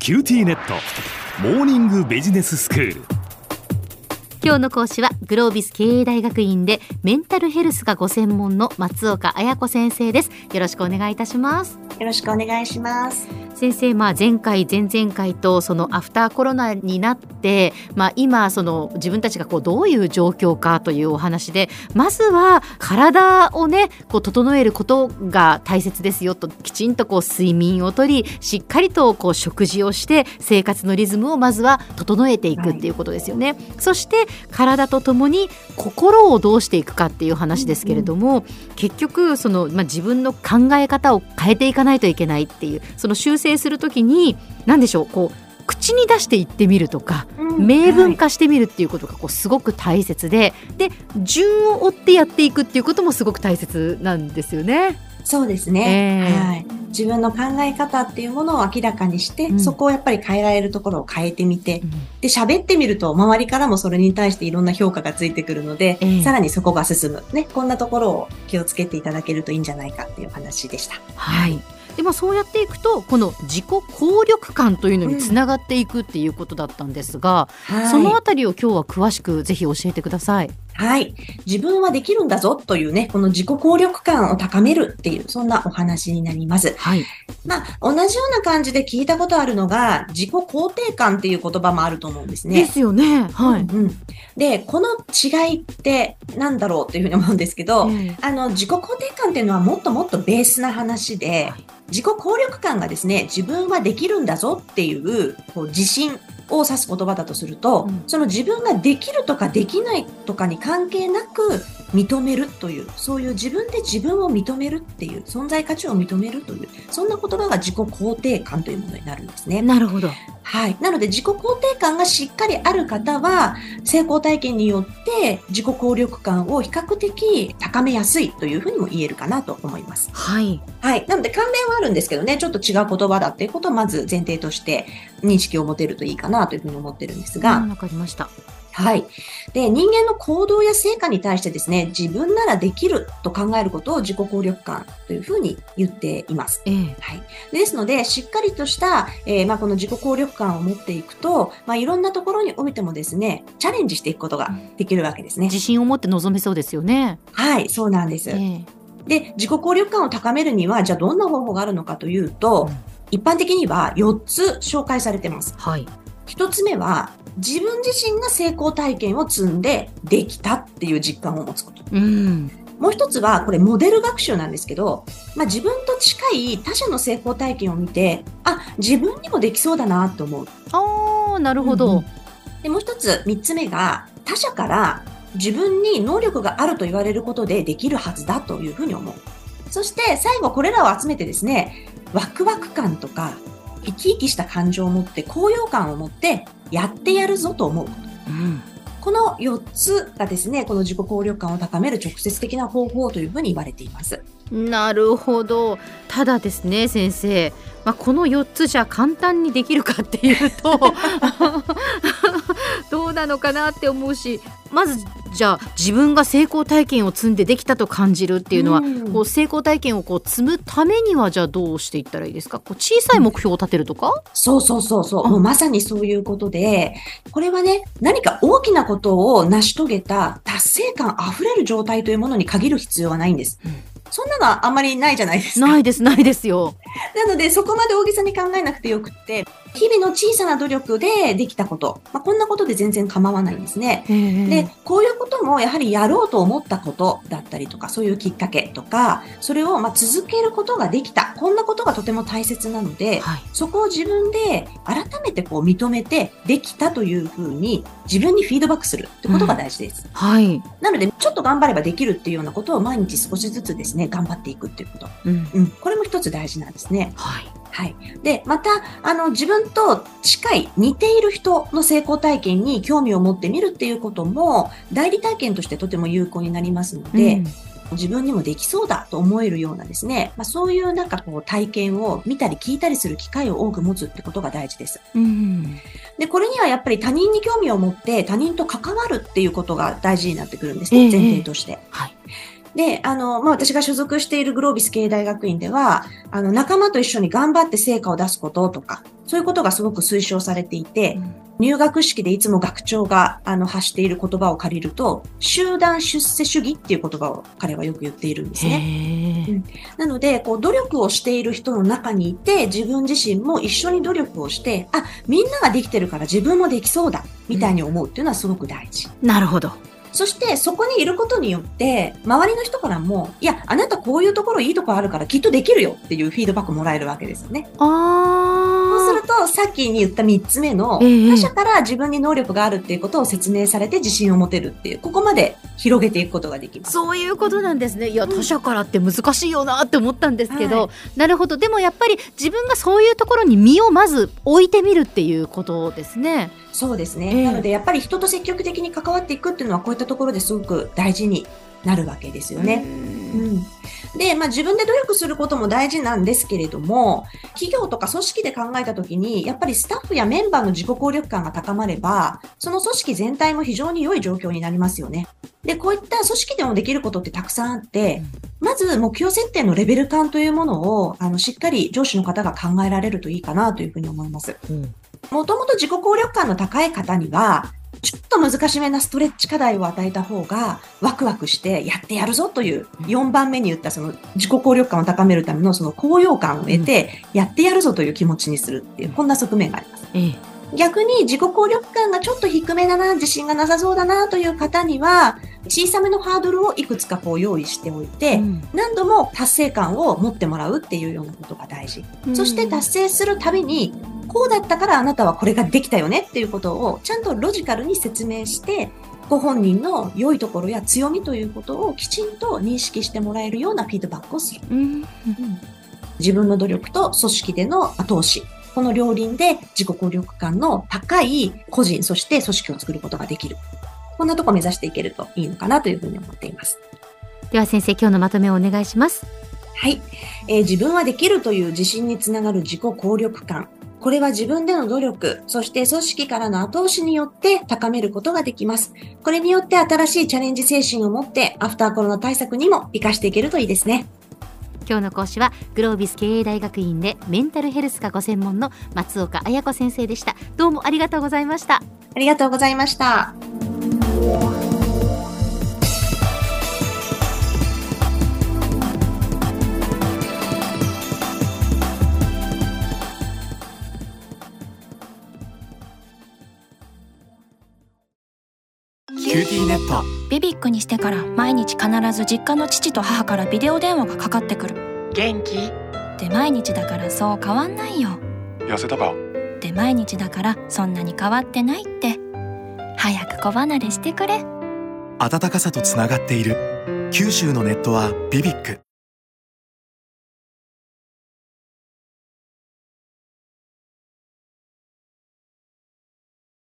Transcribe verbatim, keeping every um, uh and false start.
キューティーネットモーニングビジネススクール。 今日の講師はグロービス経営大学院でメンタルヘルスがご専門の松岡綾子先生です。よろしくお願いいたします。 よろしくお願いします。 先生、まあ、前回前々回とそのアフターコロナになって、まあ、今その自分たちがこうどういう状況かというお話で、まずは体をねこう整えることが大切ですよと、きちんとこう睡眠をとり、しっかりとこう食事をして生活のリズムをまずは整えていくっていうことですよね、はい、そして体とともに心をどうしていくかっていう話ですけれども、うんうん、結局その、まあ、自分の考え方を変えていかないといけないっていう、その修正するときに何でしょう、こう口に出して言ってみるとか、うん、明文化してみるっていうことがこうすごく大切で、で順を追ってやっていくっていうこともすごく大切なんですよね。 そうですね、 えーはい、自分の考え方っていうものを明らかにして、うん、そこをやっぱり変えられるところを変えてみて、うん、で喋ってみると周りからもそれに対していろんな評価がついてくるので、えー、さらにそこが進む、ね、こんなところを気をつけていただけるといいんじゃないかっていう話でした。 はい。でもそうやっていくとこの自己効力感というのにつながっていくっていうことだったんですが、うんはい、そのあたりを今日は詳しくぜひ教えてください。 はい。自分はできるんだぞというね、この自己効力感を高めるっていう、そんなお話になります。 はい。 まあ、同じような感じで聞いたことあるのが、自己肯定感っていう言葉もあると思うんですね。 ですよね。はい。 うんうん、で、この違いって何だろうというふうに思うんですけど、うん、あの、自己肯定感っていうのはもっともっとベースな話で、はい、自己効力感がですね、自分はできるんだぞっていう、こう自信を指す言葉だとすると、うん、その自分ができるとかできないとかに関係なく認めるという、そういう自分で自分を認めるっていう、存在価値を認めるという、そんな言葉が自己肯定感というものになるんですね。 なるほど。 はい。なので自己肯定感がしっかりある方は、成功体験によって自己効力感を比較的高めやすいというふうにも言えるかなと思います。 はい。 はい。なので関連はあるんですけどね、ちょっと違う言葉だっていうことをまず前提として認識を持てるといいかなというふうに思ってるんですが。 わかりました。 はい。で、人間の行動や成果に対してですね、自分ならできると考えることを自己効力感というふうに言っています。 ええ、 はい。ですので、しっかりとした、えー、まあ、この自己効力感を持っていくと、まあ、いろんなところにおいてもですね、チャレンジしていくことができるわけですね。 自信を持って臨めそうですよね。 はい、そうなんです。ええ、で、自己効力感を高めるには、じゃあどんな方法があるのかというと、うん、一般的にはよっつ紹介されています。 はい。 一つ目は、自分自身が成功体験を積んでできたっていう実感を持つこと。 うん、 もう一つは、これモデル学習なんですけど、まあ、自分と近い他者の成功体験を見て、あ、自分にもできそうだなと思う。 ああ、なるほど。うんうん、 で、もう一つ、三つ目が、他者から自分に能力があると言われることでできるはずだというふうに思う。そして最後、これらを集めてですね、ワクワク感とか、生き生きした感情を持って、高揚感を持って、やってやるぞと思うこと。うん、このよっつがですね、この自己効力感を高める直接的な方法というふうに言われています。 なるほど。ただですね、先生、まあ、このよっつじゃ簡単にできるかっていうとどうなのかなって思うし、まずじゃあ自分が成功体験を積んでできたと感じるっていうのは、うん、こう成功体験をこう積むためにはじゃあどうしていったらいいですか？こう小さい目標を立てるとか、うん、 そうそうそうそう、もうまさにそういうことで、これはね、何か大きなことを成し遂げた達成感あふれる状態というものに限る必要はないんです。うん、そんなのはあんまりないじゃないですか。 ないですないですよ。 なのでそこまで大げさに考えなくてよくって、日々の小さな努力でできたこと、まあ、こんなことで全然構わないんですね。で、こういうこともやはりやろうと思ったことだったりとか、そういうきっかけとか、それをまあ続けることができた、こんなことがとても大切なので、はい、そこを自分で改めてこう認めてできたというふうに自分にフィードバックするってことが大事です。 うん、はい。 なのでちょっと頑張ればできるっていうようなことを毎日少しずつですね、頑張っていくっていうこと、うんうん、これも一つ大事なんですね。 はい。 はい。で、また、あの、自分と近い、似ている人の成功体験に興味を持ってみるっていうことも、代理体験としてとても有効になりますので、うん、自分にもできそうだと思えるようなですね、まあ、そういうなんかこう体験を見たり聞いたりする機会を多く持つってことが大事です。 うん、 で、これにはやっぱり他人に興味を持って他人と関わるっていうことが大事になってくるんですね、えー、前提として。 はい。 で、あの、まあ、私が所属しているグロービス経営大学院では、あの、仲間と一緒に頑張って成果を出すこととか、 そういうことがすごく推奨されていて、うん、入学式でいつも学長があの発している言葉を借りると、集団出世主義っていう言葉を彼はよく言っているんですね。うん、なので、こう努力をしている人の中にいて、自分自身も一緒に努力をして、あ、みんなができてるから自分もできそうだみたいに思うっていうのはすごく大事。 うん、なるほど。 そしてそこにいることによって周りの人からも、いや、あなたこういうところいいところあるからきっとできるよっていうフィードバックもらえるわけですよね。 あそうするとさっきに言ったみっつめの、えー、他者から自分に能力があるっていうことを説明されて自信を持てるっていう、ここまで広げていくことができます。 そういうことなんですね。いや、他者からって難しいよなって思ったんですけど、はい、なるほど。でもやっぱり自分がそういうところに身をまず置いてみるっていうことですね。 そうですね、えー、なのでやっぱり人と積極的に関わっていくっていうのはこういったところですごく大事になるわけですよね。うんうんで、まあ自分で努力することも大事なんですけれども、企業とか組織で考えたときに、やっぱりスタッフやメンバーの自己効力感が高まれば、その組織全体も非常に良い状況になりますよね。で、こういった組織でもできることってたくさんあって、まず目標設定のレベル感というものを、あの、しっかり上司の方が考えられるといいかなというふうに思います。もともと自己効力感の高い方には、ちょっと難しめなストレッチ課題を与えた方がワクワクしてやってやるぞというよんばんめに言ったその自己効力感を高めるためのその高揚感を得てやってやるぞという気持ちにするっていう、こんな側面があります。ええ、逆に自己効力感がちょっと低めだな、自信がなさそうだなという方には小さめのハードルをいくつかこう用意しておいて、うん、何度も達成感を持ってもらうっていうようなことが大事。うん、そして達成するたびにこうだったからあなたはこれができたよねっていうことをちゃんとロジカルに説明してご本人の良いところや強みということをきちんと認識してもらえるようなフィードバックをする。うんうん、自分の努力と組織での後押し、この両輪で自己効力感の高い個人そして組織を作ることができる。こんなとこ目指していけるといいのかなというふうに思っています。 では先生、今日のまとめをお願いします。 はい、えー、自分はできるという自信につながる自己効力感、これは自分での努力、そして組織からの後押しによって高めることができます。これによって新しいチャレンジ精神を持ってアフターコロナ対策にも活かしていけるといいですね。 今日の講師はグロービス経営大学院でメンタルヘルスがご専門の松岡綾子先生でした。どうもありがとうございました。 ありがとうございました。 キューティーネットビビックにしてから毎日必ず実家の父と母からビデオ電話がかかってくる。 元気？ で毎日だからそう変わんないよ。 痩せたか？ で毎日だからそんなに変わってないって。早く子離れしてくれ。 温かさとつながっている九州のネットはビビック。